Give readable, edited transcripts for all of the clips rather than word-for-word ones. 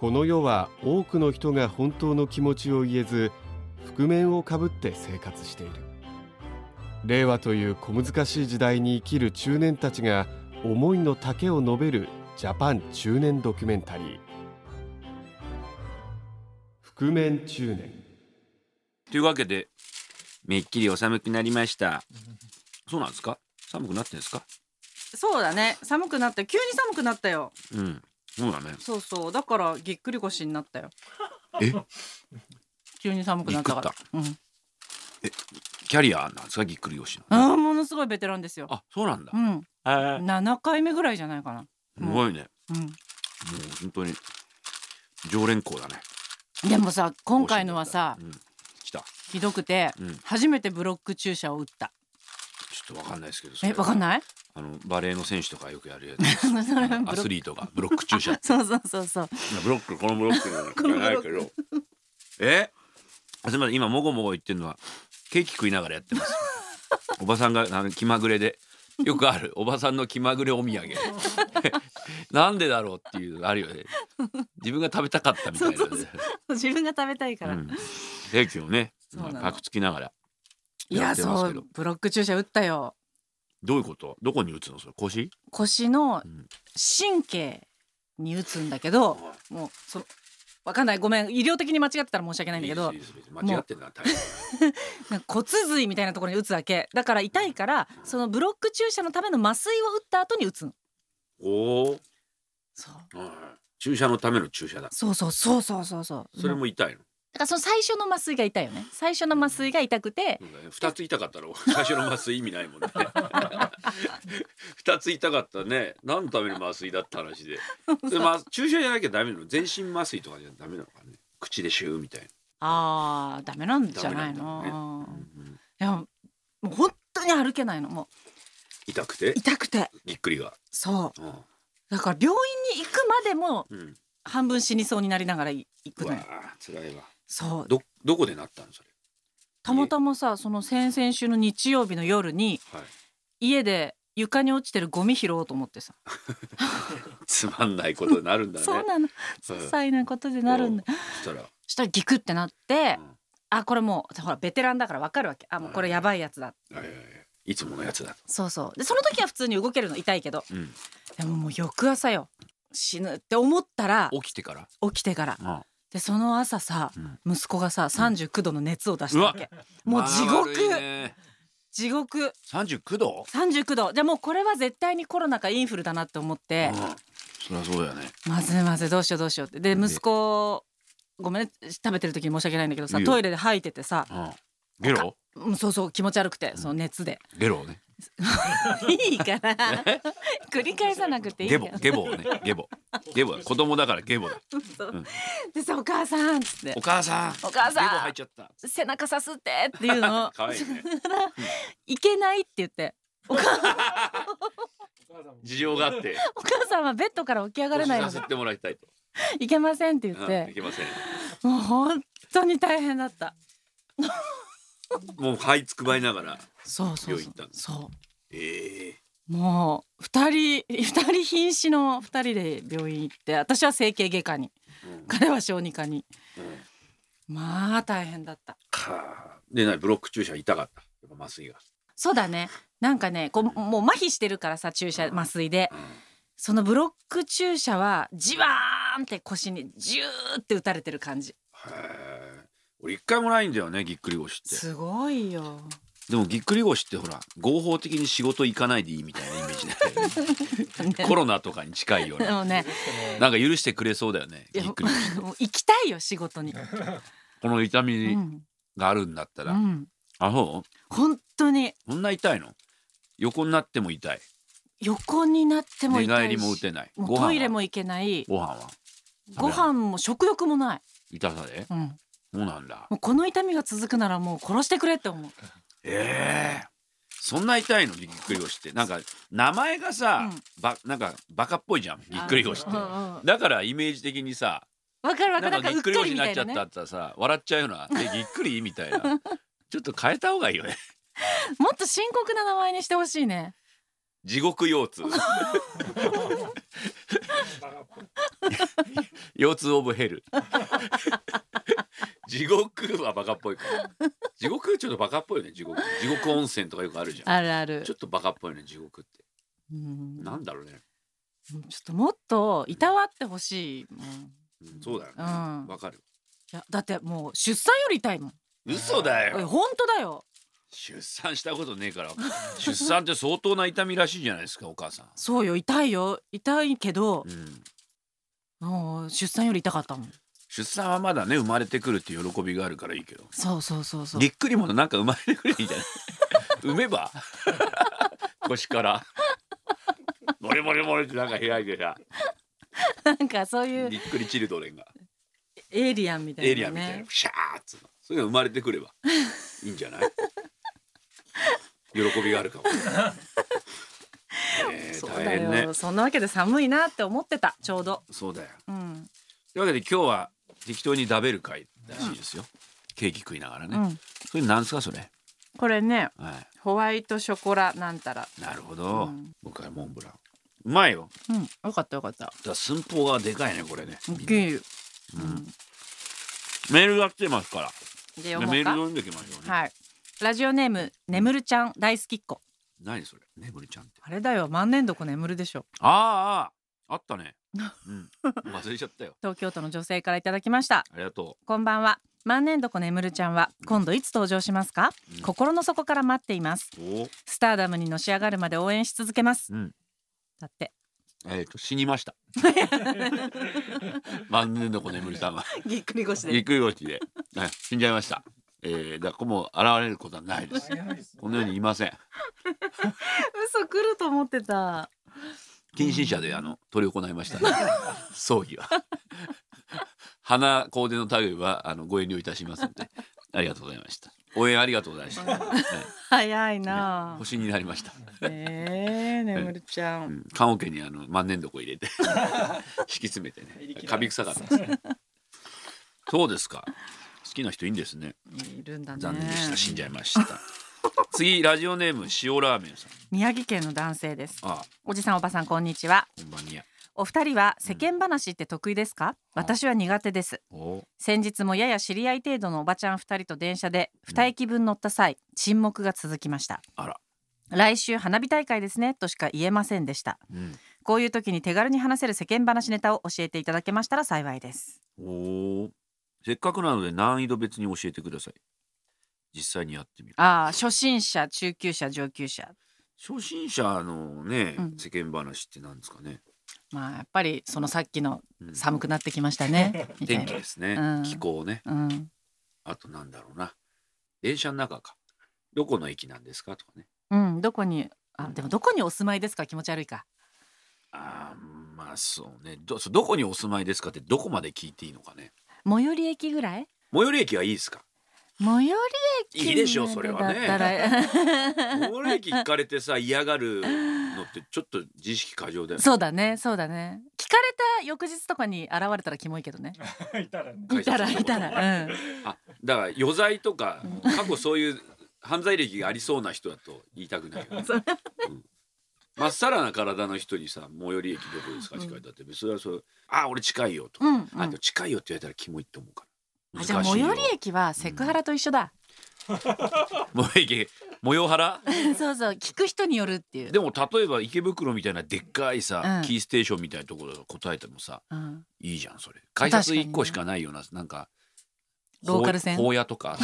この世は多くの人が本当の気持ちを言えず、覆面をかぶって生活している。令和という小難しい時代に生きる中年たちが思いの丈を述べるジャパン中年ドキュメンタリー、覆面中年。 というわけでめっきりお寒くなりました。そうなんですか？寒くなってんですか？ そうだね、寒くなった、急に寒くなったよ。 そうだね。 そうそう、だからぎっくり腰になったよ。 え急に寒くなったから。 キャリアなんですか？ぎっくり腰の。 ものすごいベテランですよ。 あ、そうなんだ。 7回目ぐらいじゃないかな。 すごいね。もう本当に常連校だね。 でもさ、今回のはさ、 来た。 ひどくて、初めてブロック注射を打った。 ちょっとわかんないですけど。 わかんない？ バレーの選手とかよくやるやつ。アスリートがブロック注射。 そう。 ブロック、このブロックじゃないけど。すみません、今もごもご言ってるのはケーキ食いながらやってます。おばさんが気まぐれで、よくあるおばさんの気まぐれお土産。なんでだろうっていうあるよね。自分が食べたかったみたいな。 自分が食べたいから。 ケーキをね、パクつきながらやってますけど。 そう、ブロック注射打ったよ。 どういうこと？どこに打つのそれ？腰の神経に打つんだけど、もうわかんない、ごめん、医療的に間違ってたら申し訳ないんだけど、 間違ってんな、 骨髄みたいなところに打つわけだから、痛いから、そのブロック注射のための麻酔を打った後に打つの。そう、 注射のための注射だ。 そう。 それも痛いの？ だからその最初の麻酔が痛いよね。最初の麻酔が痛くて、 2つ痛かったら最初の麻酔意味ないもんね。2つ痛かったらね、何のための麻酔だった話で。注射じゃなきゃダメなの？全身麻酔とかじゃダメなのかね？口でシューみたいな。 ダメなんじゃないの？いや、もう本当に歩けないの。もう痛くてぎっくりが。 そう、だから病院に行くまでも半分死にそうになりながら行くのよ。 辛いわ。 そう。 どこでなったのそれ？ たまたまさ、その先々週の日曜日の夜に、家で床に落ちてるゴミ拾おうと思ってさ。 つまんないことになるんだね。 そうなの、些細なことでなるんだ。したらギクってなって、これもうほらベテランだから分かるわけ。もうこれやばいやつだ。 いつものやつだ。 そうで、その時は普通に動けるの、痛いけど、でももう翌朝よ、死ぬって思ったら、起きてからで、その朝さ、息子がさ39度の熱を出したわけ。もう地獄。 39度 ？39度。じゃあもうこれは絶対にコロナかインフルだなって思って、 そりゃそうだよね。 まずどうしようってで、息子ごめんね、食べてる時に申し訳ないんだけどさ、トイレで吐いててさ、 ゲロ？ そう気持ち悪くて、その熱でゲロね。 いいから繰り返さなくていいよ。 ゲボ子供だからゲボだ。 でさ、お母さんっつって、 お母さんゲボ吐いちゃった、 背中さすってっていうのをかわいいね。 いけないって言って、 事情があってお母さんはベッドから起き上がれないのでさせてもらいたいと。 いけませんって言って、 いけません。 もう本当に大変だった。 もう這いつくばいながらそう病院行ったんです。 そう、もう2人瀕死の2人で病院行って、私は整形外科に、彼は小児科に、まあ大変だった。 で、ブロック注射痛かった？やっぱ麻酔が。そうだね、なんかね、もう麻痺してるからさ、注射麻酔で、そのブロック注射はじわーんって腰にジューって打たれてる感じ。 俺一回もないんだよね、ぎっくり腰って。 すごいよ。 でもぎっくり腰ってほら、合法的に仕事行かないでいいみたいなイメージだよね。コロナとかに近いような。でもね、なんか許してくれそうだよね、ぎっくり腰。 行きたいよ、仕事に。 この痛みがあるんだったら。そう？本当に。 こんな痛いの？横になっても痛い。 横になっても痛いし、 寝返りも打てない。 トイレも行けない。ご飯も食欲もない。 痛さで？そうなんだ。 もうこの痛みが続くならもう殺してくれって思う。 そんな痛いの？ぎっくり腰って。なんか名前がさ、なんかバカっぽいじゃん、ぎっくり腰って。だからイメージ的にさ、 わかるなんかぎっくり腰になっちゃったってさ、笑っちゃうような、ぎっくりみたいな。ちょっと変えた方がいいよね。 もっと深刻な名前にしてほしいね。 地獄腰痛。 腰痛オブヘル地獄はバカっぽいから地獄ちょっとバカっぽいよね。地獄温泉とかよくあるじゃん。 あるある。 ちょっとバカっぽいね地獄って。なんだろうね。 ちょっともっといたわってほしいもん。 そうだよね。わかる。 いやだってもう出産より痛いもん。 嘘だよ。 本当だよ。 出産したことねえから出産って相当な痛みらしいじゃないですかお母さん。 そうよ、痛いよ。痛いけど、出産より痛かったもん。 出産はまだね生まれてくるっていう喜びがあるからいいけど、 そうぎっくりもなんか生まれてくるみたいな産めば腰からモレモレモレってなんか開いてさなんかそういうぎっくりチルドレンがエイリアンみたいなね。 エイリアンみたいなシャーッつうの、それが生まれてくればいいんじゃない喜びがあるかも。 そうだよ、大変ね。そんなわけで寒いなって思ってたちょうど。 そうだよ、というわけで今日は適当に食べる会らしいですよ、ケーキ食いながらね、それなんですかそれ。 これね、ホワイトショコラなんたら。 なるほど、僕はモンブランうまいよ。 よかったよかった。 だ寸法がでかいねこれね。 大きい。 メールが来てますからメール読んでいきましょうね。 はい。ラジオネームねむるちゃん大好きっ子。 何それねむるちゃんって。 あれだよ、万年床眠るでしょ。 あったね。忘れちゃったよ。 東京都の女性からいただきました。 ありがとう。 こんばんは。万年床眠るちゃんは今度いつ登場しますか？心の底から待っています。スターダムにのし上がるまで応援し続けます。だって。 死にました。万年床眠るさんはぎっくり腰で。 ぎっくり腰で死んじゃいました。だからもう現れることはないです。この世にいません。 嘘来ると思ってた。 近親者で執り行いましたね葬儀は。花コーデの類はご遠慮いたしますのでありがとうございました。応援ありがとうございました。 早いな。 星になりました。 ねむるちゃん。 棺桶に万年床入れて敷き詰めてね、カビ臭かったですね。そうですか。好きな人いいんですね。 いるんだね。 残念でした。死んじゃいました。次ラジオネーム塩ラーメンさん。 宮城県の男性です。おじさんおばさんこんにちは。 こんばんにゃ。 お二人は世間話って得意ですか？私は苦手です。先日もやや知り合い程度のおばちゃん2人と電車で2駅分乗った際、沈黙が続きました。来週花火大会ですねとしか言えませんでした。こういう時に手軽に話せる世間話ネタを教えていただけましたら幸いです。 せっかくなので難易度別に教えてください。実際にやってみる。 初心者、中級者、上級者。 初心者のね、世間話って何ですかね。 やっぱりそのさっきの寒くなってきましたね。 天気ですね、気候ね、あとなんだろうな、電車の中か、どこの駅なんですかとかね。 どこにでもどこにお住まいですか気持ち悪いか。 そうね、どこにお住まいですかってどこまで聞いていいのかね。 最寄り駅ぐらい。 最寄り駅はいいですか。 最寄り駅いいでしょそれはね。最寄り駅聞かれてさ嫌がるのってちょっと自意識過剰だよね。 そうだね。聞かれた翌日とかに現れたらキモいけどね。いたらだから余罪とか過去そういう犯罪歴がありそうな人だと言いたくないよね。まっさらな体の人にさ最寄り駅どこですかって聞かれたってそれはそう俺近いよと、あと近いよって言われたらキモいって思うから。 じゃあ最寄り駅はセクハラと一緒だ。 最寄り駅模様腹そう聞く人によるっていう。 でも例えば池袋みたいなでっかいさ、キーステーションみたいなところで答えてもさ、いいじゃんそれ。改札1個しかないようななんかローカル線荒野とか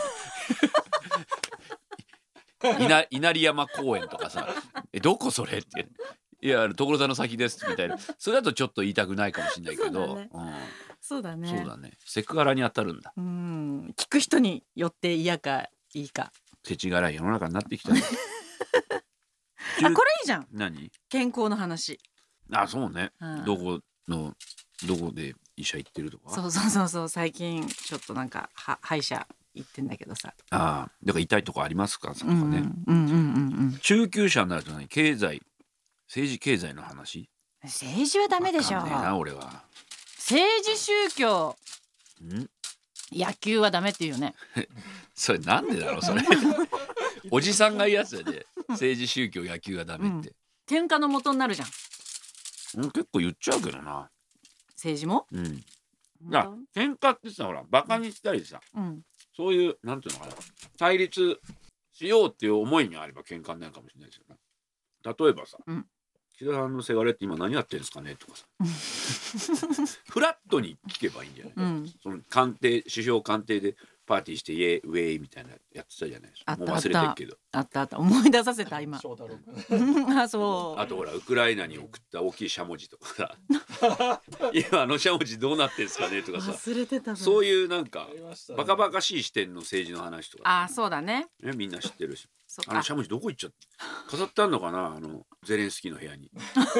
稲荷山公園とかさどこそれっていや所沢の先ですみたいな、それだとちょっと言いたくないかもしれないけどそうだね。 セクハラに当たるんだ。 聞く人によって嫌かいいか。 世知辛い世の中になってきたね。 これいいじゃん。 何？ 健康の話。 そうね、どこで医者行ってるとか。 そう最近ちょっとなんか歯医者行ってんだけどさ。 だから痛いとこありますかとかね。中級者になると何？政治経済の話。 政治はダメでしょ。 俺は政治宗教野球はダメって言うよね。 それなんでだろうそれ。おじさんが言うやつで政治宗教野球がダメって、 喧嘩の元になるじゃん。 結構言っちゃうけどな。 政治も、 喧嘩ってさほらバカにしたりさ、そういうなんていうのかな対立しようっていう思いにあれば喧嘩になるかもしれないですよね。例えばさ、岸田さんのせがれって今何やってんですかねとかさフラットに聞けばいいんじゃない、その首相官邸でパーティーしてイエーウェイみたいなやってたじゃないですか。もう忘れてるけどあった思い出させた今あそうあとほらウクライナに送った大きいしゃもじとかさ今しゃもじどうなってんですかねとかさ忘れてたそういうなんかバカバカしい視点の政治の話とか、 そうだねみんな知ってるししゃもじどこ行っちゃった飾ってあんのかなゼレンスキーの部屋に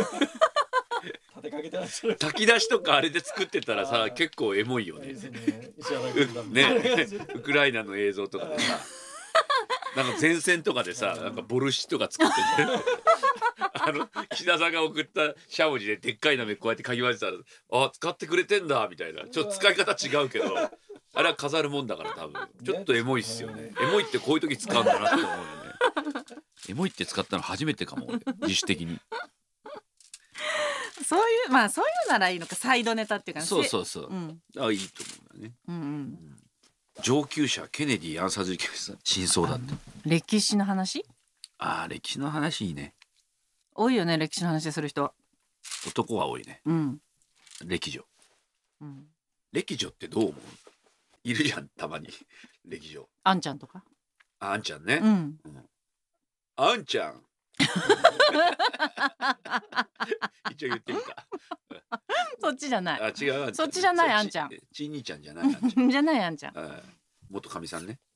炊き出しとかあれで作ってたらさ結構エモいよね。ウクライナの映像とかでさなんか前線とかでさなんかボルシチとか作ってて岸田さんが送ったしゃもじででっかい鍋こうやってかき混ぜたら使ってくれてんだみたいな。ちょっと使い方違うけどあれは飾るもんだから多分ちょっとエモいっすよね。エモいってこういう時使うんだなって思うよね。エモいって使ったの初めてかも自主的に。 そういうならいいのかサイドネタっていうかそう、いいと思うんだね。上級者ケネディ暗殺事件さ真相だって。 歴史の話？ 歴史の話いいね。 多いよね歴史の話する人。 男は多いね。歴女。歴女ってどう思う？いるじゃんたまに歴女。 あんちゃんとか。 あんちゃんね。あんちゃん。一応言ってみた。 そっちじゃない。 違う。 そっちじゃないあんちゃん。 ちい兄ちゃんじゃないあんちゃん。 じゃないあんちゃん。 元かみさんね。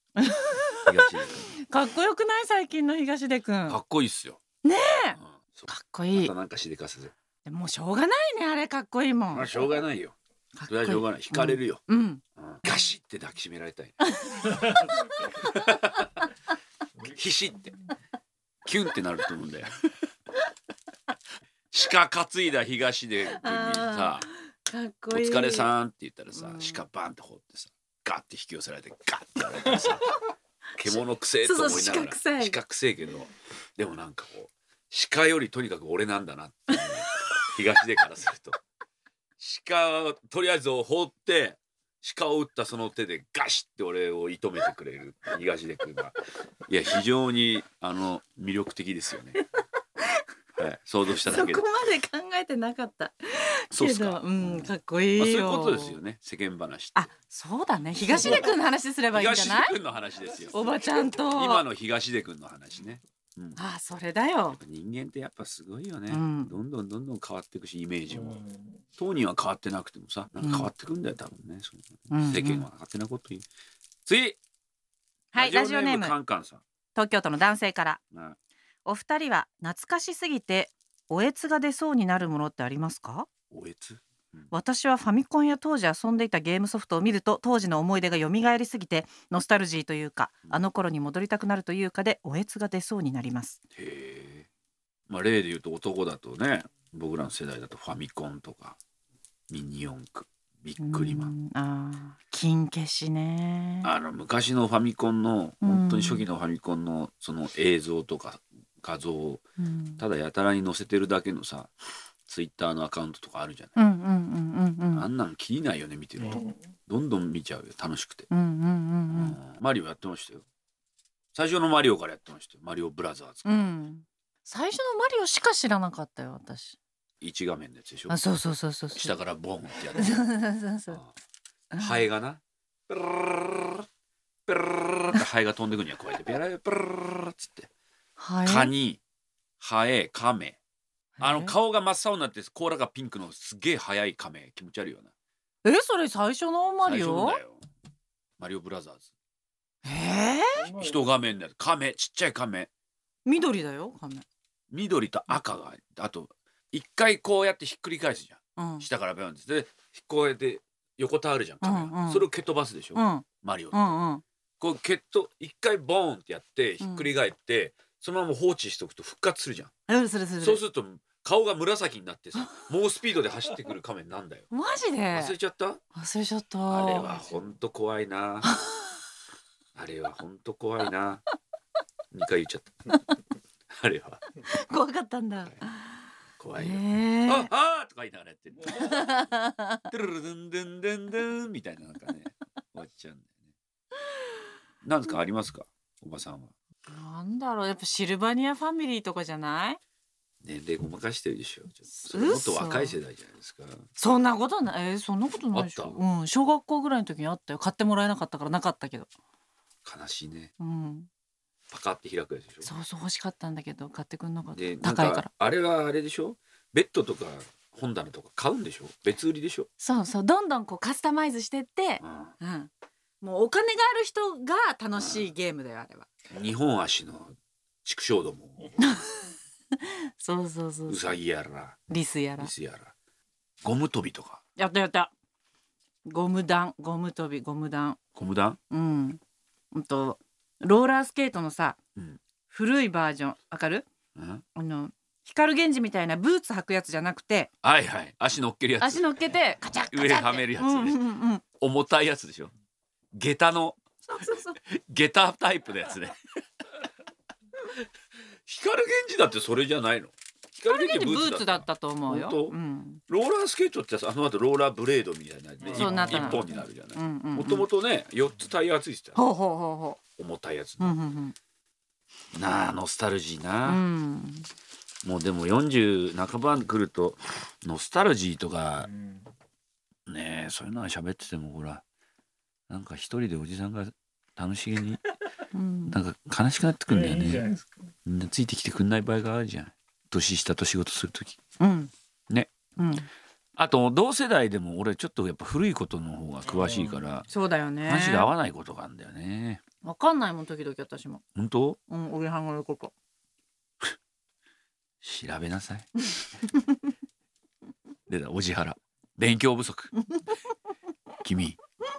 かっこよくない最近の東出くん。 かっこいいっすよ。 ねえ。かっこいい。 またなんかしでかすぜ。 もうしょうがないねあれかっこいいもん。 しょうがないよ。それはしょうがない。惹かれるよ。ガシって抱きしめられたい。ひしってキュンってなると思うんだよ。鹿担いだ東出君にさかっこいいお疲れさんって言ったらさ、鹿バンって掘ってさガッて引き寄せられてガッてやられてさ獣くせえと思いながら鹿くせえけどでもなんかこう鹿よりとにかく俺なんだなっていう、ね、東出からすると鹿とりあえず放って鹿を撃ったその手でガシッて俺を射止めてくれる東出君がいや非常に魅力的ですよね。想像しただけでそこまで考えてなかった。 そうっすか。 かっこいいよ。 そういうことですよね。世間話。 そうだね。東出君の話すればいいんじゃない？ 東出君の話ですよ。 おばちゃんと。 今の東出君の話ね。 それだよ。 人間ってやっぱすごいよね。どんどん変わっていくしイメージも。当人は変わってなくてもさ、なんか変わってくんだよ多分ね。世間は勝手なこと言う。次。 はい、ラジオネームカンカンさん。 東京都の男性から。お二人は懐かしすぎておえつが出そうになるものってありますか？ おえつ？ 私はファミコンや当時遊んでいたゲームソフトを見ると当時の思い出が蘇りすぎてノスタルジーというか、あの頃に戻りたくなるというかでおえつが出そうになります。 へえ。例で言うと男だとね、僕らの世代だとファミコンとかミニ四駆、ビックリマン、 金消しね。 昔のファミコンの本当に初期のファミコンのその映像とか画像をただやたらに載せてるだけのさ、ツイッターのアカウントとかあるじゃない。あんなん気にないよね、見てると。どんどん見ちゃうよ、楽しくて。マリオやってましたよ。最初のマリオからやってましたよ。マリオブラザーズ。 最初のマリオしか知らなかったよ私。 1画面のやつでしょ。 そう下からボンってやつ。ハエがなプルルルプルルルってハエが飛んでくにはこうやってペラプルルルっつってカニ、ハエ、カメ、顔が真っ青になって甲羅がピンクのすげえ速いカメ、気持ち悪いよな。 それ最初のマリオ？ マリオブラザーズ。一画面でカメ、ちっちゃいカメ。 緑だよカメ。 緑と赤があと一回こうやってひっくり返すじゃん。下からビョンってでこうやって横たわるじゃんカメ。それを蹴飛ばすでしょ。マリオ。こう一回ボーンってやってひっくり返って。そのまま放置しておくと復活するじゃん。そうすると顔が紫になってさ、猛スピードで走ってくるカメなんだよ。 マジで？ 忘れちゃった？ 忘れちゃった。 あれはほんと怖いな。あれはほんと怖いな。2回言っちゃった。あれは怖かったんだ。 怖いよ。ああとか言いながらやってる。トゥルルドゥンドゥンドゥンドゥンみたいななんかね終わっちゃうんだよね。なんですかありますかおばさんは。 なんだろう、やっぱシルバニアファミリーとかじゃない？ 年齢ごまかしてるでしょ。それもっと若い世代じゃないですか。 そんなことない、そんなことないでしょ。うん、小学校ぐらいの時にあったよ。買ってもらえなかったからなかったけど。 悲しいね。 うん。 パカって開くやつでしょ。 そう欲しかったんだけど買ってくんなかった。 高いから。あれはあれでしょ。ベッドとか本棚とか買うんでしょ。別売りでしょ。 そうどんどんこうカスタマイズしてって、うん、もうお金がある人が楽しいゲームだよあれは。 2本足の畜生ども。 そううさぎやらリスやらゴム跳びとかやったゴム弾ゴム跳びゴム弾うんローラースケートのさ、古いバージョンわかる？光源氏みたいなブーツ履くやつじゃなくて、 はい足乗っけるやつ、 足乗っけてカチャッカチャッ上はめるやつね、重たいやつでしょ。下駄の下駄タイプのやつね。光源氏だってそれじゃないの？ 光源氏ブーツだったと思うよ。 ローラースケートってあの後ローラーブレードみたいなね、一本になるじゃない。もともとね4つタイヤついてた。重たいやつ。なあノスタルジーな。もうでも40半ば来るとノスタルジーとかねそういうのは喋っててもほらなんか一人でおじさんが楽しげになんか悲しくなってくんだよね。みんなついてきてくんない場合があるじゃん。年下と仕事するとき。ね。あと同世代でも俺ちょっとやっぱ古いことの方が詳しいからそうだよね。 話が合わないことがあるんだよね。 わかんないもん時々私も。 本当？ おじさんが言うこと。 調べなさい。でだおじはら勉強不足。君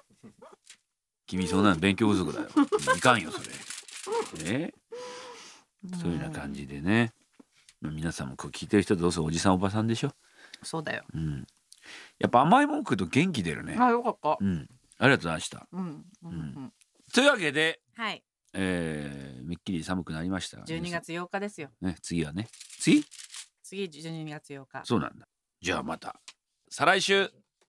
そんなの勉強不足だよ。いかんよそれ。ね。そういうような感じでね。皆さんもこう聞いてる人どうせおじさんおばさんでしょ。 そうだよ。 やっぱ甘いもん食うと元気出るね。 あ、よかった。 ありがとうございました。というわけで、 はい。 めっきり寒くなりました。 12月8日ですよ。 ね、次はね。次12 月8日。 そうなんだ。じゃあまた再来週。